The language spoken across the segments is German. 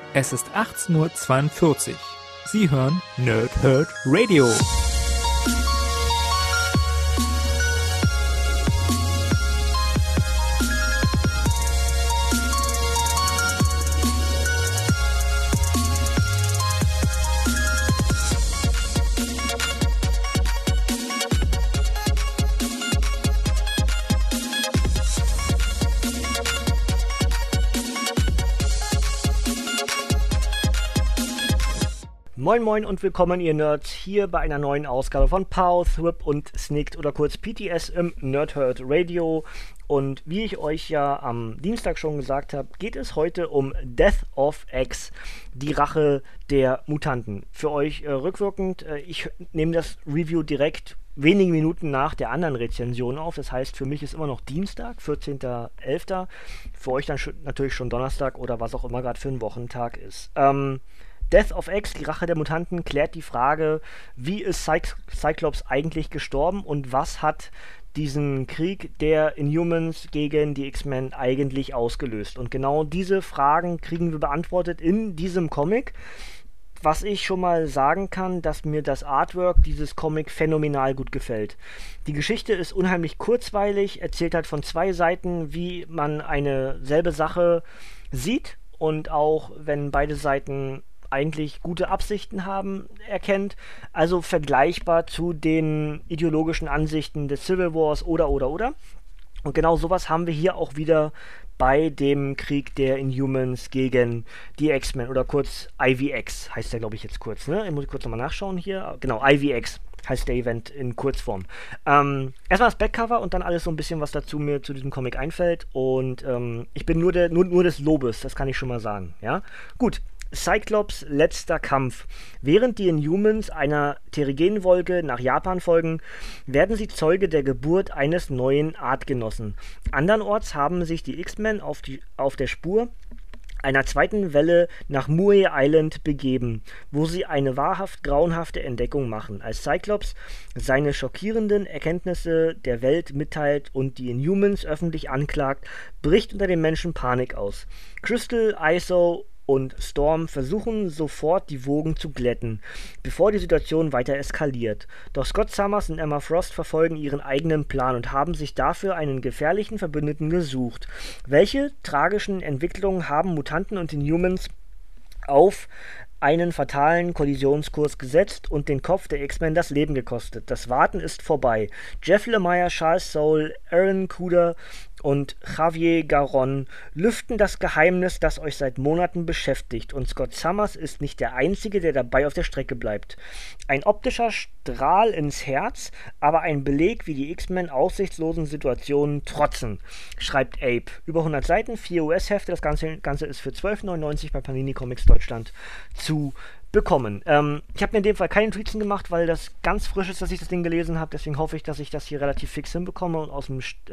Es ist 18:42 Uhr. Sie hören Nerd Herd Radio. Moin Moin und willkommen ihr Nerds hier bei einer neuen Ausgabe von Pow, Thrip und Snicked oder kurz PTS im Nerd Herd Radio. Und wie ich euch ja am Dienstag schon gesagt habe, geht es heute um Death of X, die Rache der Mutanten. Für euch rückwirkend, ich nehme das Review direkt wenige Minuten nach der anderen Rezension auf. Das heißt, für mich ist immer noch Dienstag, 14.11. Für euch dann natürlich schon Donnerstag oder was auch immer gerade für ein Wochentag ist. Death of X, die Rache der Mutanten, klärt die Frage, wie ist Cyclops eigentlich gestorben und was hat diesen Krieg der Inhumans gegen die X-Men eigentlich ausgelöst. Und genau diese Fragen kriegen wir beantwortet in diesem Comic. Was ich schon mal sagen kann, dass mir das Artwork dieses Comic phänomenal gut gefällt. Die Geschichte ist unheimlich kurzweilig, erzählt halt von zwei Seiten, wie man eine selbe Sache sieht und auch, wenn beide Seiten eigentlich gute Absichten haben, erkennt. Also vergleichbar zu den ideologischen Ansichten des Civil Wars oder. Und genau sowas haben wir hier auch wieder bei dem Krieg der Inhumans gegen die X-Men oder kurz IVX heißt der, glaube ich, jetzt kurz, ne? Ich muss kurz nochmal nachschauen hier. Genau, IVX heißt der Event in Kurzform. Erstmal das Backcover und dann alles so ein bisschen, was dazu mir zu diesem Comic einfällt. Und ich bin nur des Lobes, das kann ich schon mal sagen, ja? Gut. Cyclops letzter Kampf. Während die Inhumans einer Terrigenwolke nach Japan folgen, werden sie Zeuge der Geburt eines neuen Artgenossen. Andernorts haben sich die X-Men auf der Spur einer zweiten Welle nach Muir Island begeben, wo sie eine wahrhaft grauenhafte Entdeckung machen, als Cyclops seine schockierenden Erkenntnisse der Welt mitteilt und die Inhumans öffentlich anklagt, bricht unter den Menschen Panik aus. Crystal, Iso und Storm versuchen sofort die Wogen zu glätten, bevor die Situation weiter eskaliert. Doch Scott Summers und Emma Frost verfolgen ihren eigenen Plan und haben sich dafür einen gefährlichen Verbündeten gesucht. Welche tragischen Entwicklungen haben Mutanten und Inhumans auf einen fatalen Kollisionskurs gesetzt und den Kopf der X-Men das Leben gekostet? Das Warten ist vorbei. Jeff Lemire, Charles Soule, Aaron Kuder und Javier Garron lüften das Geheimnis, das euch seit Monaten beschäftigt, und Scott Summers ist nicht der Einzige, der dabei auf der Strecke bleibt. Ein optischer Strahl ins Herz, aber ein Beleg, wie die X-Men aussichtslosen Situationen trotzen, schreibt Abe. Über 100 Seiten, 4 US-Hefte, das Ganze ist für 12,99 bei Panini Comics Deutschland zu bekommen. Ich habe mir in dem Fall keine Tweets gemacht, weil das ganz frisch ist, dass ich das Ding gelesen habe. Deswegen hoffe ich, dass ich das hier relativ fix hinbekomme und aus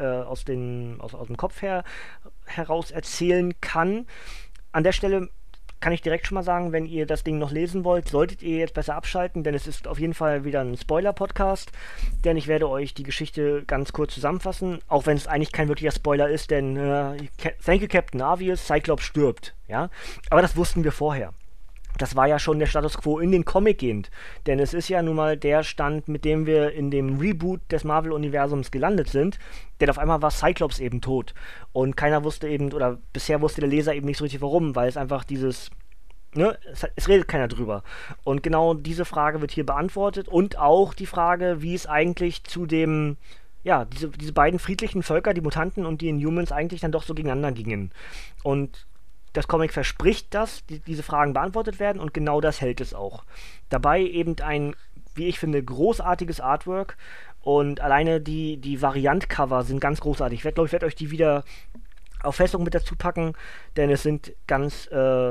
dem Kopf heraus erzählen kann. An der Stelle kann ich direkt schon mal sagen, wenn ihr das Ding noch lesen wollt, solltet ihr jetzt besser abschalten, denn es ist auf jeden Fall wieder ein Spoiler-Podcast, denn ich werde euch die Geschichte ganz kurz zusammenfassen, auch wenn es eigentlich kein wirklicher Spoiler ist, denn thank you Captain Obvious, Cyclops stirbt, ja, aber das wussten wir vorher. Das war ja schon der Status Quo in den Comic gehend, denn es ist ja nun mal der Stand, mit dem wir in dem Reboot des Marvel-Universums gelandet sind, denn auf einmal war Cyclops eben tot und keiner wusste eben, oder bisher wusste der Leser eben nicht so richtig warum, weil es einfach dieses, ne, es redet keiner drüber. Und genau diese Frage wird hier beantwortet und auch die Frage, wie es eigentlich zu dem, ja, diese beiden friedlichen Völker, die Mutanten und die Inhumans, eigentlich dann doch so gegeneinander gingen. Und das Comic verspricht, dass diese Fragen beantwortet werden und genau das hält es auch. Dabei eben ein, wie ich finde, großartiges Artwork und alleine die Variant-Cover sind ganz großartig. Ich werde euch die wieder auf Facebook mit dazu packen, denn es sind ganz,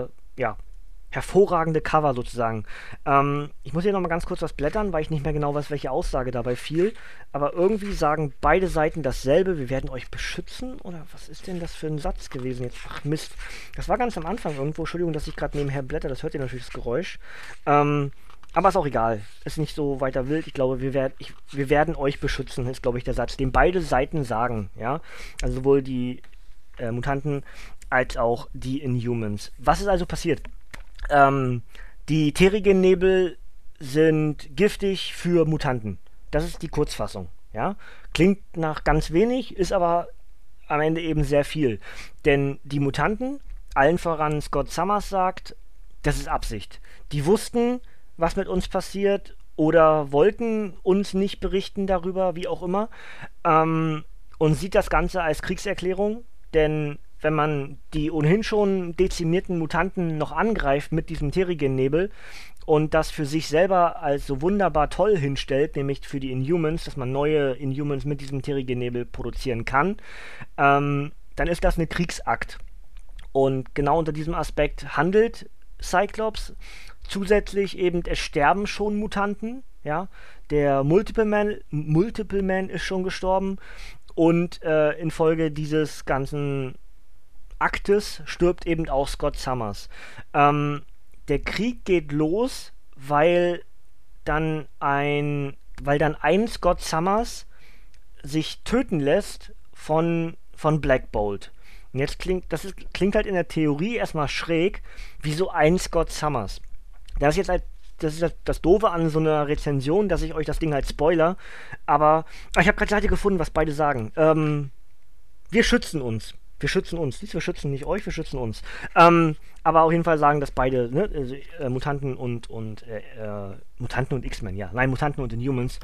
hervorragende Cover sozusagen. Ich muss hier nochmal ganz kurz was blättern, weil ich nicht mehr genau weiß, welche Aussage dabei fiel. Aber irgendwie sagen beide Seiten dasselbe. Wir werden euch beschützen? Oder was ist denn das für ein Satz gewesen jetzt? Ach Mist. Das war ganz am Anfang irgendwo. Entschuldigung, dass ich gerade nebenher blätter. Das hört ihr natürlich, das Geräusch. Aber ist auch egal. Ist nicht so weiter wild. Ich glaube, wir werden euch beschützen, ist, glaube ich, der Satz, den beide Seiten sagen. Ja? Also sowohl die Mutanten als auch die Inhumans. Was ist also passiert? Ähm, die Terrigen-Nebel sind giftig für Mutanten. Das ist die Kurzfassung. Ja? Klingt nach ganz wenig, ist aber am Ende eben sehr viel. Denn die Mutanten, allen voran Scott Summers sagt, das ist Absicht. Die wussten, was mit uns passiert oder wollten uns nicht berichten darüber, wie auch immer. Und sieht das Ganze als Kriegserklärung, denn wenn man die ohnehin schon dezimierten Mutanten noch angreift mit diesem Terrigen-Nebel und das für sich selber als so wunderbar toll hinstellt, nämlich für die Inhumans, dass man neue Inhumans mit diesem Terrigen-Nebel produzieren kann, dann ist das ein Kriegsakt. Und genau unter diesem Aspekt handelt Cyclops. Zusätzlich eben, es sterben schon Mutanten, ja. Der Multiple Man ist schon gestorben und infolge dieses ganzen Aktes stirbt eben auch Scott Summers. Der Krieg geht los, weil dann ein Scott Summers sich töten lässt von Black Bolt. Und jetzt klingt halt in der Theorie erstmal schräg, wieso ein Scott Summers. Das ist jetzt halt, das ist das Doofe an so einer Rezension, dass ich euch das Ding halt spoiler, aber ich habe gerade Seite gefunden, was beide sagen. Wir schützen uns. Wir schützen uns. Wir schützen nicht euch, wir schützen uns. Aber auf jeden Fall sagen das beide, ne? Mutanten und Mutanten und X-Men, ja. Nein, Mutanten und Inhumans.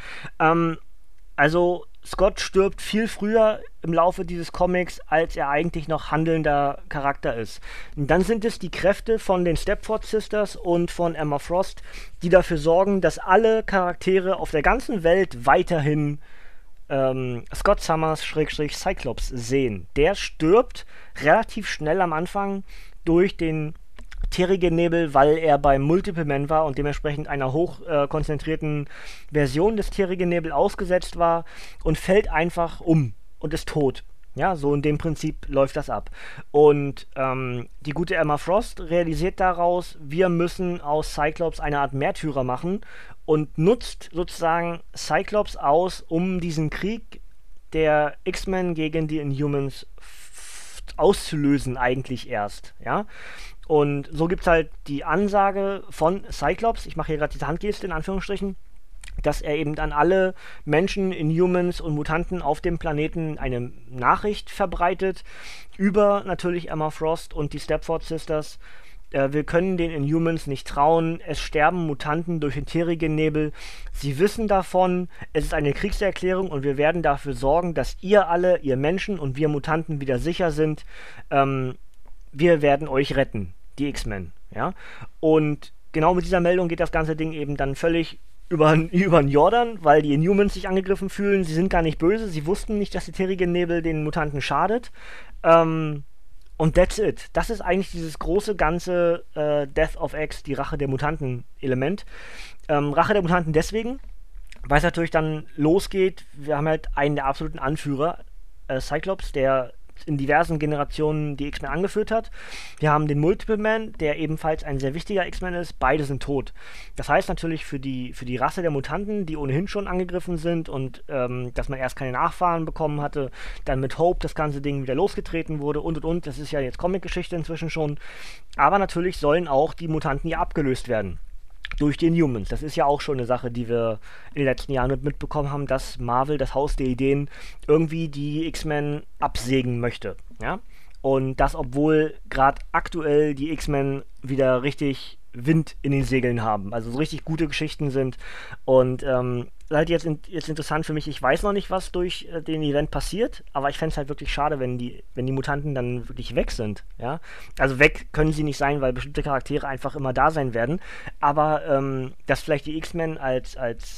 Also Scott stirbt viel früher im Laufe dieses Comics, als er eigentlich noch handelnder Charakter ist. Und dann sind es die Kräfte von den Stepford Sisters und von Emma Frost, die dafür sorgen, dass alle Charaktere auf der ganzen Welt weiterhin Scott Summers Cyclops sehen. Der stirbt relativ schnell am Anfang durch den Terrigen-Nebel, weil er beim Multiple Man war und dementsprechend einer hochkonzentrierten Version des Terrigen-Nebel ausgesetzt war und fällt einfach um und ist tot. Ja, so in dem Prinzip läuft das ab. Und die gute Emma Frost realisiert daraus, wir müssen aus Cyclops eine Art Märtyrer machen und nutzt sozusagen Cyclops aus, um diesen Krieg der X-Men gegen die Inhumans auszulösen eigentlich erst. Ja. Und so gibt es halt die Ansage von Cyclops, ich mache hier gerade diese Handgeste in Anführungsstrichen, dass er eben an alle Menschen, Inhumans und Mutanten auf dem Planeten eine Nachricht verbreitet über natürlich Emma Frost und die Stepford Sisters. Wir können den Inhumans nicht trauen, es sterben Mutanten durch den Terrigen-Nebel. Sie wissen davon, es ist eine Kriegserklärung und wir werden dafür sorgen, dass ihr alle, ihr Menschen und wir Mutanten wieder sicher sind. Wir werden euch retten, die X-Men. Ja? Und genau mit dieser Meldung geht das ganze Ding eben dann völlig über den Jordan, weil die Inhumans sich angegriffen fühlen. Sie sind gar nicht böse, sie wussten nicht, dass der Terrigen-Nebel den Mutanten schadet. Und that's it. Das ist eigentlich dieses große ganze Death of X, die Rache der Mutanten-Element. Rache der Mutanten deswegen, weil es natürlich dann losgeht. Wir haben halt einen der absoluten Anführer, Cyclops, der in diversen Generationen die X-Men angeführt hat. Wir haben den Multiple Man, der ebenfalls ein sehr wichtiger X-Men ist. Beide sind tot. Das heißt natürlich für die Rasse der Mutanten, die ohnehin schon angegriffen sind und dass man erst keine Nachfahren bekommen hatte, dann mit Hope das ganze Ding wieder losgetreten wurde und. Das ist ja jetzt Comic-Geschichte inzwischen schon. Aber natürlich sollen auch die Mutanten ja abgelöst werden. Durch die Inhumans. Das ist ja auch schon eine Sache, die wir in den letzten Jahren mitbekommen haben, dass Marvel, das Haus der Ideen, irgendwie die X-Men absägen möchte. Ja? Und das, obwohl gerade aktuell die X-Men wieder richtig Wind in den Segeln haben. Also so richtig gute Geschichten sind. Und halt jetzt interessant für mich, ich weiß noch nicht, was durch den Event passiert, aber ich fände es halt wirklich schade, wenn die Mutanten dann wirklich weg sind. Ja? Also weg können sie nicht sein, weil bestimmte Charaktere einfach immer da sein werden. Aber dass vielleicht die X-Men als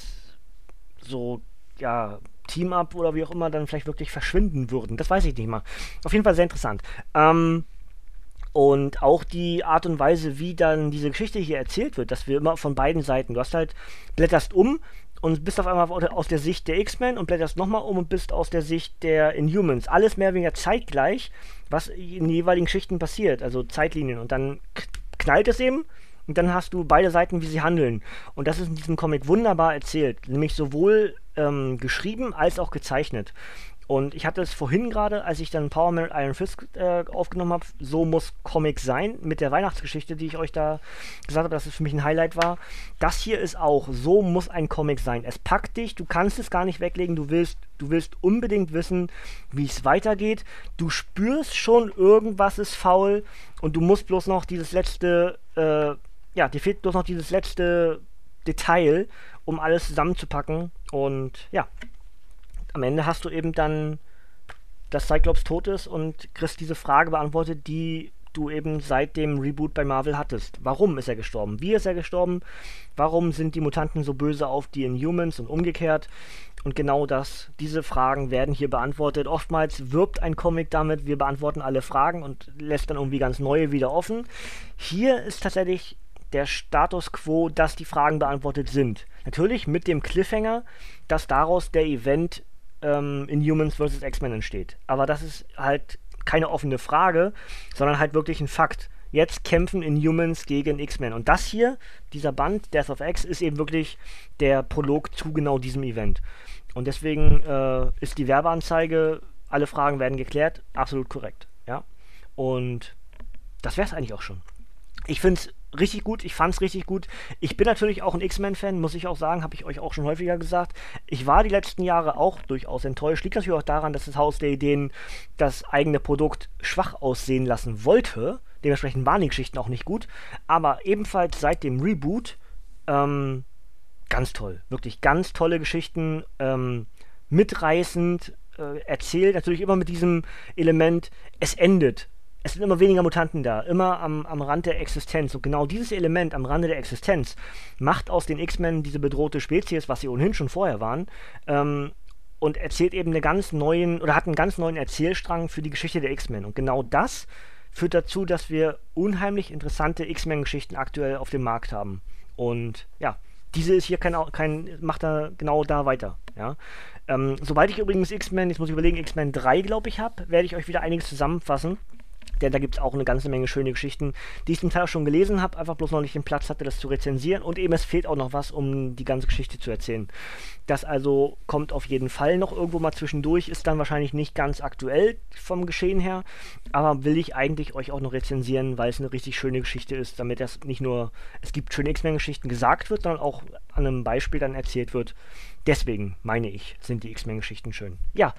so, ja, Team-Up oder wie auch immer dann vielleicht wirklich verschwinden würden. Das weiß ich nicht mal. Auf jeden Fall sehr interessant. Und auch die Art und Weise, wie dann diese Geschichte hier erzählt wird, dass wir immer von beiden Seiten, du hast halt, blätterst um und bist auf einmal aus der Sicht der X-Men und blätterst nochmal um und bist aus der Sicht der Inhumans. Alles mehr oder weniger zeitgleich, was in den jeweiligen Geschichten passiert, also Zeitlinien. Und dann knallt es eben und dann hast du beide Seiten, wie sie handeln. Und das ist in diesem Comic wunderbar erzählt, nämlich sowohl geschrieben als auch gezeichnet. Und ich hatte es vorhin gerade, als ich dann Power Man Iron Fist aufgenommen habe, so muss Comic sein, mit der Weihnachtsgeschichte, die ich euch da gesagt habe, dass es für mich ein Highlight war. Das hier ist auch, so muss ein Comic sein. Es packt dich, du kannst es gar nicht weglegen, du willst unbedingt wissen, wie es weitergeht. Du spürst schon, irgendwas ist faul und du musst bloß noch dieses letzte, dir fehlt bloß noch dieses letzte Detail, um alles zusammenzupacken. Und ja, am Ende hast du eben dann, dass Cyclops tot ist und kriegst diese Frage beantwortet, die du eben seit dem Reboot bei Marvel hattest. Warum ist er gestorben? Wie ist er gestorben? Warum sind die Mutanten so böse auf die Inhumans und umgekehrt? Und genau diese Fragen werden hier beantwortet. Oftmals wirbt ein Comic damit, wir beantworten alle Fragen und lässt dann irgendwie ganz neue wieder offen. Hier ist tatsächlich der Status quo, dass die Fragen beantwortet sind. Natürlich mit dem Cliffhanger, dass daraus der Event Inhumans vs. X-Men entsteht. Aber das ist halt keine offene Frage, sondern halt wirklich ein Fakt. Jetzt kämpfen Inhumans gegen X-Men. Und das hier, dieser Band, Death of X, ist eben wirklich der Prolog zu genau diesem Event. Und deswegen ist die Werbeanzeige, alle Fragen werden geklärt, absolut korrekt. Ja? Und das wäre es eigentlich auch schon. Ich finde es richtig gut, ich fand es richtig gut. Ich bin natürlich auch ein X-Men-Fan, muss ich auch sagen, habe ich euch auch schon häufiger gesagt. Ich war die letzten Jahre auch durchaus enttäuscht. Liegt natürlich auch daran, dass das Haus der Ideen das eigene Produkt schwach aussehen lassen wollte. Dementsprechend waren die Geschichten auch nicht gut. Aber ebenfalls seit dem Reboot ganz toll. Wirklich ganz tolle Geschichten. Mitreißend erzählt. Natürlich immer mit diesem Element, es endet. Es sind immer weniger Mutanten da, immer am Rand der Existenz. Und genau dieses Element am Rande der Existenz macht aus den X-Men diese bedrohte Spezies, was sie ohnehin schon vorher waren, und erzählt eben hat einen ganz neuen Erzählstrang für die Geschichte der X-Men. Und genau das führt dazu, dass wir unheimlich interessante X-Men-Geschichten aktuell auf dem Markt haben. Und ja, diese ist hier macht da genau da weiter. Ja. Sobald ich übrigens X-Men 3, glaube ich, habe, werde ich euch wieder einiges zusammenfassen. Denn da gibt es auch eine ganze Menge schöne Geschichten, die ich zum Teil auch schon gelesen habe, einfach bloß noch nicht den Platz hatte, das zu rezensieren. Und eben es fehlt auch noch was, um die ganze Geschichte zu erzählen. Das also kommt auf jeden Fall noch irgendwo mal zwischendurch, ist dann wahrscheinlich nicht ganz aktuell vom Geschehen her, aber will ich eigentlich euch auch noch rezensieren, weil es eine richtig schöne Geschichte ist, damit das nicht nur, es gibt schöne X-Men-Geschichten gesagt wird, sondern auch an einem Beispiel dann erzählt wird. Deswegen, meine ich, sind die X-Men-Geschichten schön. Ja,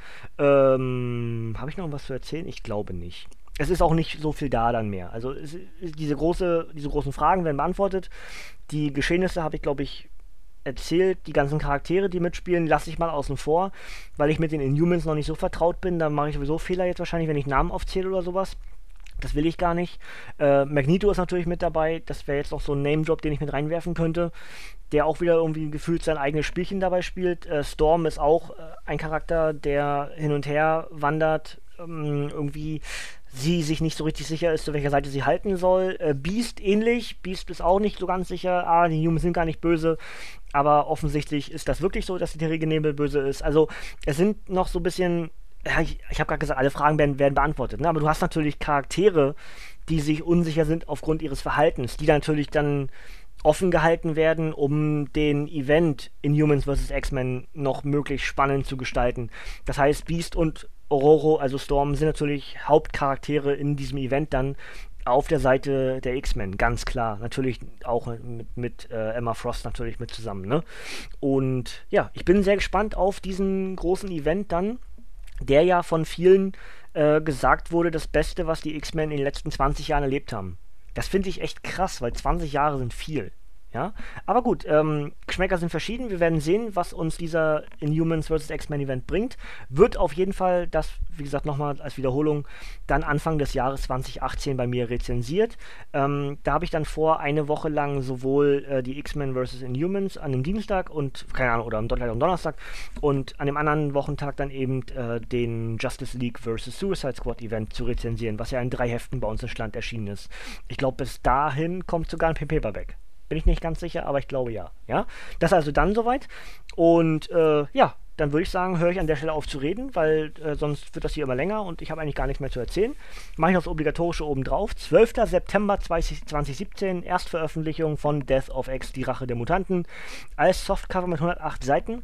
habe ich noch was zu erzählen? Ich glaube nicht. Es ist auch nicht so viel da dann mehr. Also diese großen Fragen werden beantwortet. Die Geschehnisse habe ich, glaube ich, erzählt. Die ganzen Charaktere, die mitspielen, lasse ich mal außen vor, weil ich mit den Inhumans noch nicht so vertraut bin. Da mache ich sowieso Fehler jetzt wahrscheinlich, wenn ich Namen aufzähle oder sowas. Das will ich gar nicht. Magneto ist natürlich mit dabei. Das wäre jetzt noch so ein Name-Drop, den ich mit reinwerfen könnte. Der auch wieder irgendwie gefühlt sein eigenes Spielchen dabei spielt. Storm ist auch ein Charakter, der hin und her wandert. Irgendwie sie sich nicht so richtig sicher ist, zu welcher Seite sie halten soll. Beast ähnlich. Beast ist auch nicht so ganz sicher. Die Humans sind gar nicht böse. Aber offensichtlich ist das wirklich so, dass die Terrige Nebel böse ist. Also es sind noch so ein bisschen... Ja, ich habe gerade gesagt, alle Fragen werden beantwortet. Ne? Aber du hast natürlich Charaktere, die sich unsicher sind aufgrund ihres Verhaltens, die dann natürlich dann offen gehalten werden, um den Event Inhumans vs. X-Men noch möglichst spannend zu gestalten. Das heißt, Beast und Ororo, also Storm, sind natürlich Hauptcharaktere in diesem Event dann auf der Seite der X-Men, ganz klar. Natürlich auch mit Emma Frost natürlich mit zusammen. Ne? Und ja, ich bin sehr gespannt auf diesen großen Event dann, der ja von vielen gesagt wurde, das Beste, was die X-Men in den letzten 20 Jahren erlebt haben. Das finde ich echt krass, weil 20 Jahre sind viel. Ja, aber gut, Geschmäcker sind verschieden. Wir werden sehen, was uns dieser Inhumans vs. X-Men Event bringt. Wird auf jeden Fall, das, wie gesagt, nochmal als Wiederholung, dann Anfang des Jahres 2018 bei mir rezensiert. Da habe ich dann vor, eine Woche lang sowohl die X-Men vs. Inhumans an dem Dienstag und, keine Ahnung, oder am Donnerstag und an dem anderen Wochentag dann eben den Justice League vs. Suicide Squad Event zu rezensieren, was ja in 3 Heften bei uns in Stand erschienen ist. Ich glaube, bis dahin kommt sogar ein Paperback. Bin ich nicht ganz sicher, aber ich glaube ja. Ja? Das ist also dann soweit. Und ja, dann würde ich sagen, höre ich an der Stelle auf zu reden, weil sonst wird das hier immer länger und ich habe eigentlich gar nichts mehr zu erzählen. Mache ich noch das Obligatorische oben drauf. 12. September 2017, Erstveröffentlichung von Death of X, die Rache der Mutanten, als Softcover mit 108 Seiten.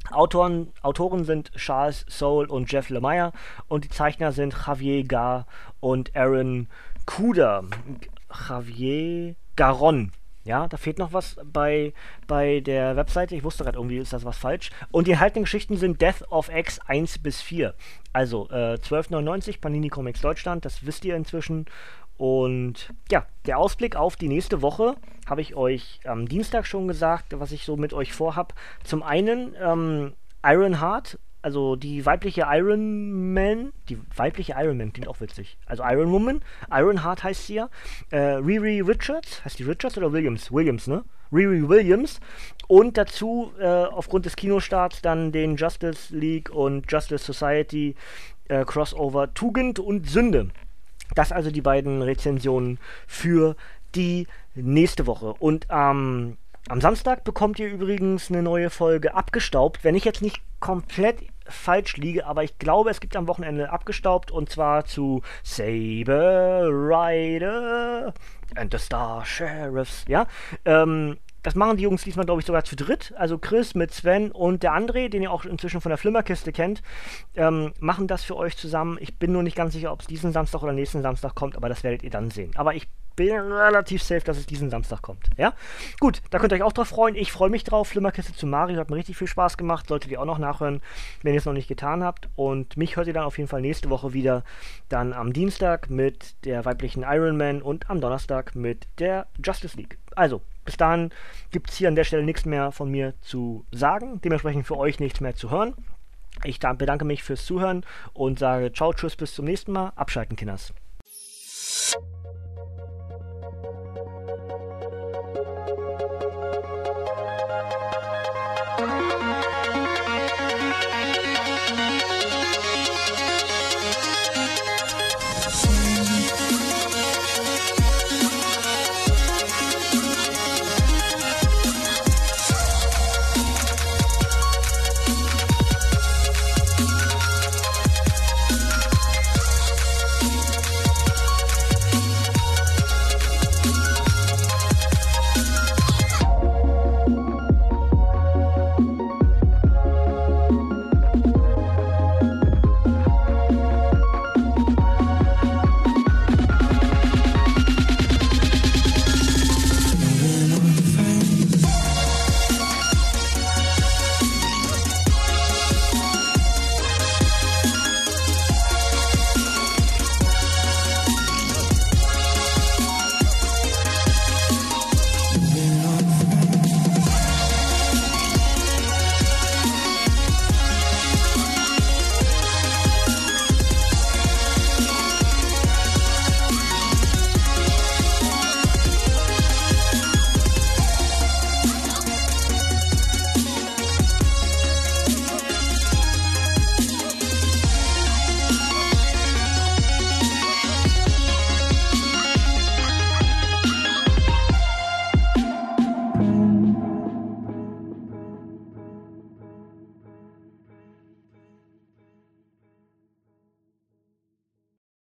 Autoren sind Charles Soule und Jeff Lemire und die Zeichner sind Javier Gar und Aaron Kuder. Javier Garon. Ja, da fehlt noch was bei der Webseite. Ich wusste gerade irgendwie, ist das was falsch. Und die enthaltenen Geschichten sind Death of X 1 bis 4. Also 12,99 Panini Comics Deutschland, das wisst ihr inzwischen. Und ja, der Ausblick auf die nächste Woche habe ich euch am Dienstag schon gesagt, was ich so mit euch vorhab. Zum einen Ironheart, also die weibliche Iron Man klingt auch witzig. Also Iron Woman, Ironheart heißt sie ja. Riri Richards, heißt die Richards oder Williams? Williams, ne? Riri Williams. Und dazu, aufgrund des Kinostarts, dann den Justice League und Justice Society Crossover Tugend und Sünde. Das also die beiden Rezensionen für die nächste Woche. Und am Samstag bekommt ihr übrigens eine neue Folge Abgestaubt, wenn ich jetzt nicht komplett falsch liege, aber ich glaube, es gibt am Wochenende Abgestaubt und zwar zu Saber Rider and the Star Sheriffs, ja, das machen die Jungs diesmal, glaube ich, sogar zu dritt. Also Chris mit Sven und der André, den ihr auch inzwischen von der Flimmerkiste kennt, machen das für euch zusammen. Ich bin nur nicht ganz sicher, ob es diesen Samstag oder nächsten Samstag kommt, aber das werdet ihr dann sehen. Aber ich bin relativ safe, dass es diesen Samstag kommt. Ja? Gut, da könnt ihr euch auch drauf freuen. Ich freue mich drauf. Flimmerkiste zu Mario hat mir richtig viel Spaß gemacht. Solltet ihr auch noch nachhören, wenn ihr es noch nicht getan habt. Und mich hört ihr dann auf jeden Fall nächste Woche wieder. Dann am Dienstag mit der weiblichen Iron Man und am Donnerstag mit der Justice League. Also, bis dahin gibt es hier an der Stelle nichts mehr von mir zu sagen. Dementsprechend für euch nichts mehr zu hören. Ich bedanke mich fürs Zuhören und sage ciao, tschüss, bis zum nächsten Mal. Abschalten, Kinders.